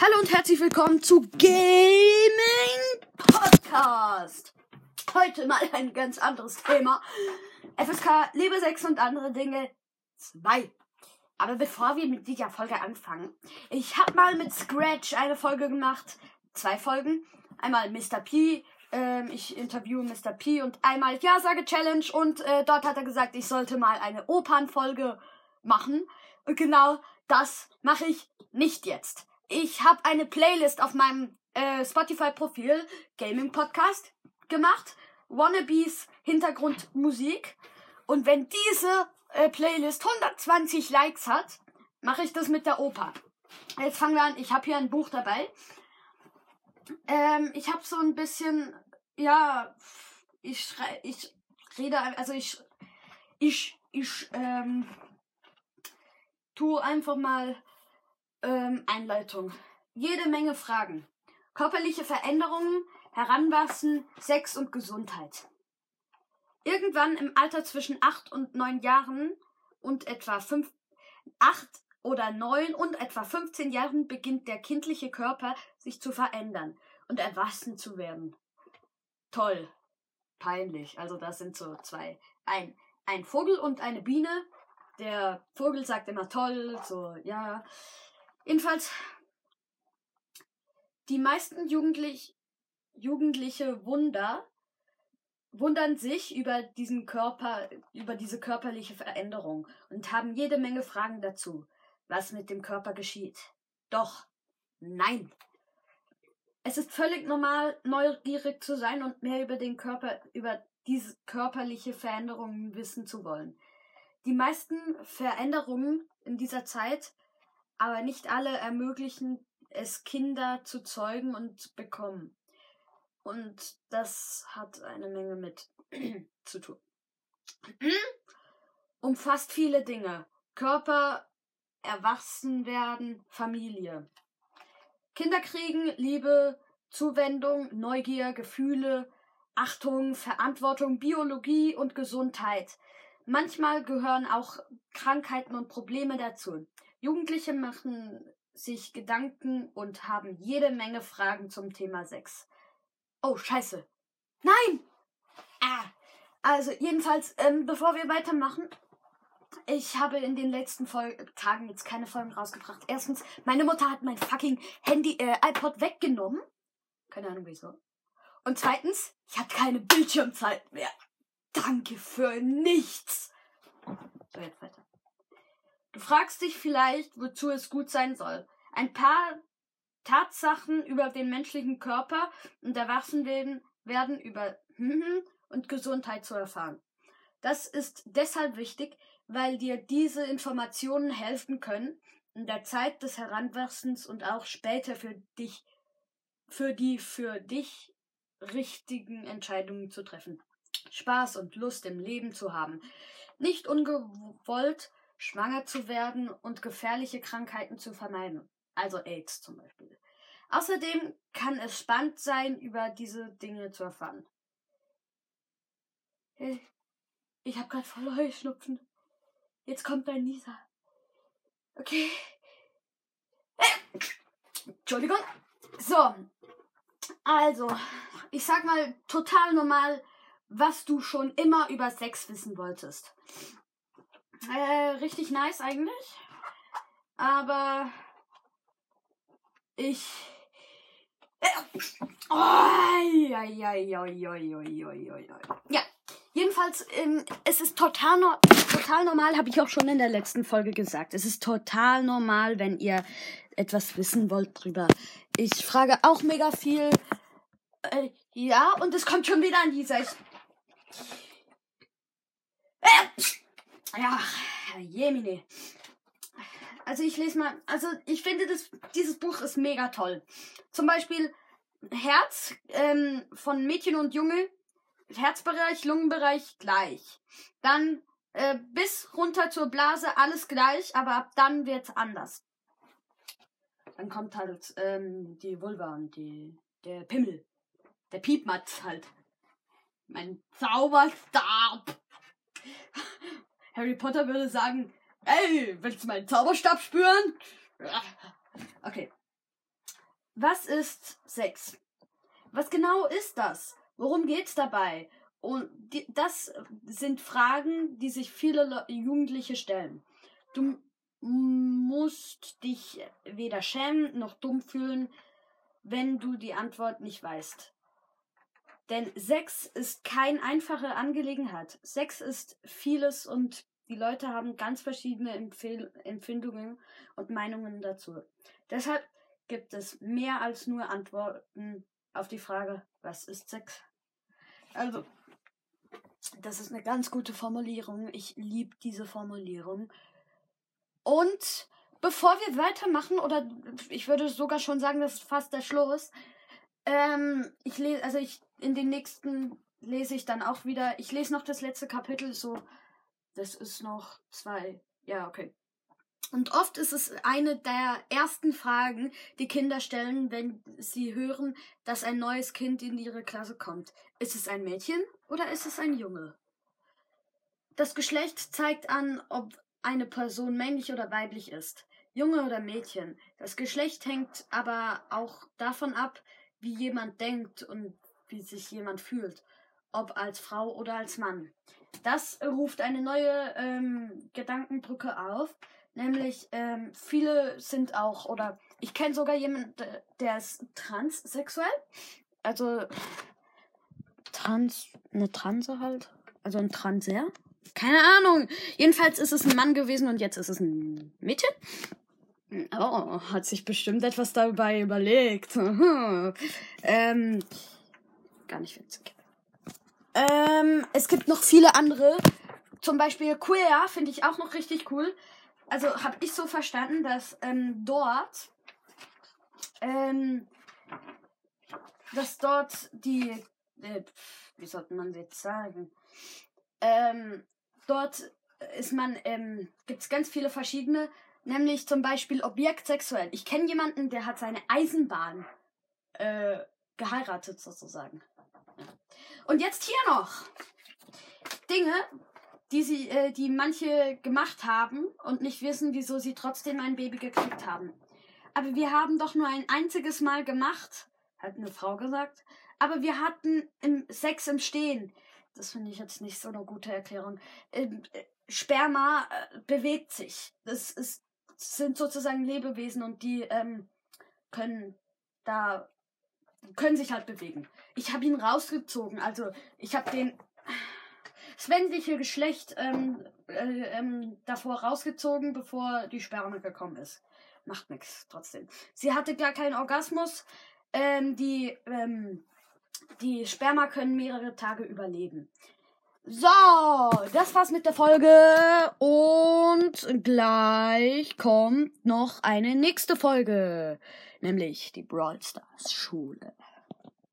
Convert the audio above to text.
Hallo und herzlich willkommen zu Gaming Podcast. Heute mal ein ganz anderes Thema. FSK, Liebe, Sex und andere Dinge 2. Aber bevor wir mit dieser Folge anfangen, ich habe mal mit Scratch eine Folge gemacht. 2 Folgen. Einmal Mr. P. Ich interviewe Mr. P. und einmal Ja-Sage-Challenge. Und dort hat er gesagt, ich sollte mal eine Opernfolge machen. Und genau das mache ich nicht jetzt. Ich habe eine Playlist auf meinem Spotify-Profil, Gaming Podcast, gemacht. Wannabes Hintergrundmusik. Und wenn diese Playlist 120 Likes hat, mache ich das mit der Oper. Jetzt fangen wir an. Ich habe hier ein Buch dabei. Ich habe so ein bisschen, ja, ich tue einfach mal Einleitung. Jede Menge Fragen. Körperliche Veränderungen, Heranwachsen, Sex und Gesundheit. Irgendwann im Alter zwischen 8 und 9 Jahren und etwa 8 oder 9 und etwa 15 Jahren beginnt der kindliche Körper sich zu verändern und erwachsen zu werden. Toll. Peinlich. Also das sind so zwei. Ein Vogel und eine Biene. Der Vogel sagt immer toll, so, ja. Jedenfalls, die meisten Jugendliche wundern sich über diese körperliche Veränderung und haben jede Menge Fragen dazu, was mit dem Körper geschieht. Doch, nein. Es ist völlig normal, neugierig zu sein und mehr über diese körperliche Veränderungen wissen zu wollen. Die meisten Veränderungen in dieser Zeit, aber nicht alle ermöglichen es, Kinder zu zeugen und bekommen. Und das hat eine Menge mit zu tun. Umfasst viele Dinge. Körper, Erwachsenwerden, Familie. Kinder kriegen Liebe, Zuwendung, Neugier, Gefühle, Achtung, Verantwortung, Biologie und Gesundheit. Manchmal gehören auch Krankheiten und Probleme dazu. Jugendliche machen sich Gedanken und haben jede Menge Fragen zum Thema Sex. Oh, scheiße. Nein! Also, jedenfalls, bevor wir weitermachen, ich habe in den letzten Tagen jetzt keine Folgen rausgebracht. Erstens, meine Mutter hat mein fucking iPod weggenommen. Keine Ahnung wieso. Und zweitens, ich hatte keine Bildschirmzeit mehr. Danke für nichts. So, jetzt weiter. Du fragst dich vielleicht, wozu es gut sein soll. Ein paar Tatsachen über den menschlichen Körper und Erwachsenwerden über und Gesundheit zu erfahren. Das ist deshalb wichtig, weil dir diese Informationen helfen können, in der Zeit des Heranwachsens und auch später für die für dich richtigen Entscheidungen zu treffen. Spaß und Lust im Leben zu haben. Nicht ungewollt schwanger zu werden und gefährliche Krankheiten zu vermeiden. Also AIDS zum Beispiel. Außerdem kann es spannend sein, über diese Dinge zu erfahren. Ich habe gerade voll Heuschnupfen. Jetzt kommt ein Nieser. Okay. Entschuldigung. So. Also, ich sag mal total normal, was du schon immer über Sex wissen wolltest. Richtig nice eigentlich. Aber ja, jedenfalls, es ist total normal, habe ich auch schon in der letzten Folge gesagt. Es ist total normal, wenn ihr etwas wissen wollt drüber. Ich frage auch mega viel. Ja, und es kommt schon wieder an dieser. Ja, Jemine. Also ich lese mal, ich finde dieses Buch ist mega toll. Zum Beispiel Herz von Mädchen und Junge, Herzbereich, Lungenbereich gleich. Dann bis runter zur Blase alles gleich, aber ab dann wird's anders. Dann kommt halt die Vulva und der Pimmel, der Piepmatz halt. Mein Zauberstab. Harry Potter würde sagen, ey, willst du meinen Zauberstab spüren? Okay. Was ist Sex? Was genau ist das? Worum geht's dabei? Und das sind Fragen, die sich viele Jugendliche stellen. Du musst dich weder schämen noch dumm fühlen, wenn du die Antwort nicht weißt. Denn Sex ist keine einfache Angelegenheit. Sex ist vieles und die Leute haben ganz verschiedene Empfindungen und Meinungen dazu. Deshalb gibt es mehr als nur Antworten auf die Frage, was ist Sex? Also, das ist eine ganz gute Formulierung. Ich liebe diese Formulierung. Und bevor wir weitermachen, oder ich würde sogar schon sagen, das ist fast der Schluss, in den nächsten lese ich dann auch wieder, ich lese noch das letzte Kapitel, so, das ist noch 2, ja, okay. Und oft ist es eine der ersten Fragen, die Kinder stellen, wenn sie hören, dass ein neues Kind in ihre Klasse kommt. Ist es ein Mädchen oder ist es ein Junge? Das Geschlecht zeigt an, ob eine Person männlich oder weiblich ist. Junge oder Mädchen. Das Geschlecht hängt aber auch davon ab, wie jemand denkt und wie sich jemand fühlt. Ob als Frau oder als Mann. Das ruft eine neue Gedankenbrücke auf. Nämlich, viele sind auch, oder ich kenne sogar jemanden, der ist transsexuell. Also, eine Transe halt. Also ein Transer. Keine Ahnung. Jedenfalls ist es ein Mann gewesen und jetzt ist es ein Mädchen. Oh, hat sich bestimmt etwas dabei überlegt. Gar nicht witzig. Es gibt noch viele andere. Zum Beispiel Queer finde ich auch noch richtig cool. Also habe ich so verstanden, dass dort die, wie sollte man jetzt sagen, dort gibt es ganz viele verschiedene, nämlich zum Beispiel objektsexuell. Ich kenne jemanden, der hat seine Eisenbahn geheiratet sozusagen. Ja. Und jetzt hier noch Dinge, die manche gemacht haben und nicht wissen, wieso sie trotzdem ein Baby gekriegt haben. Aber wir haben doch nur ein einziges Mal gemacht, hat eine Frau gesagt. Aber wir hatten Sex im Stehen. Das finde ich jetzt nicht so eine gute Erklärung. Sperma bewegt sich. Sind sozusagen Lebewesen und die können sich halt bewegen. Ich habe ihn rausgezogen. Also ich habe das männliche Geschlecht davor rausgezogen, bevor die Sperma gekommen ist. Macht nichts trotzdem. Sie hatte gar keinen Orgasmus. Die Sperma können mehrere Tage überleben. So, das war's mit der Folge und gleich kommt noch eine nächste Folge, nämlich die Brawl Stars Schule.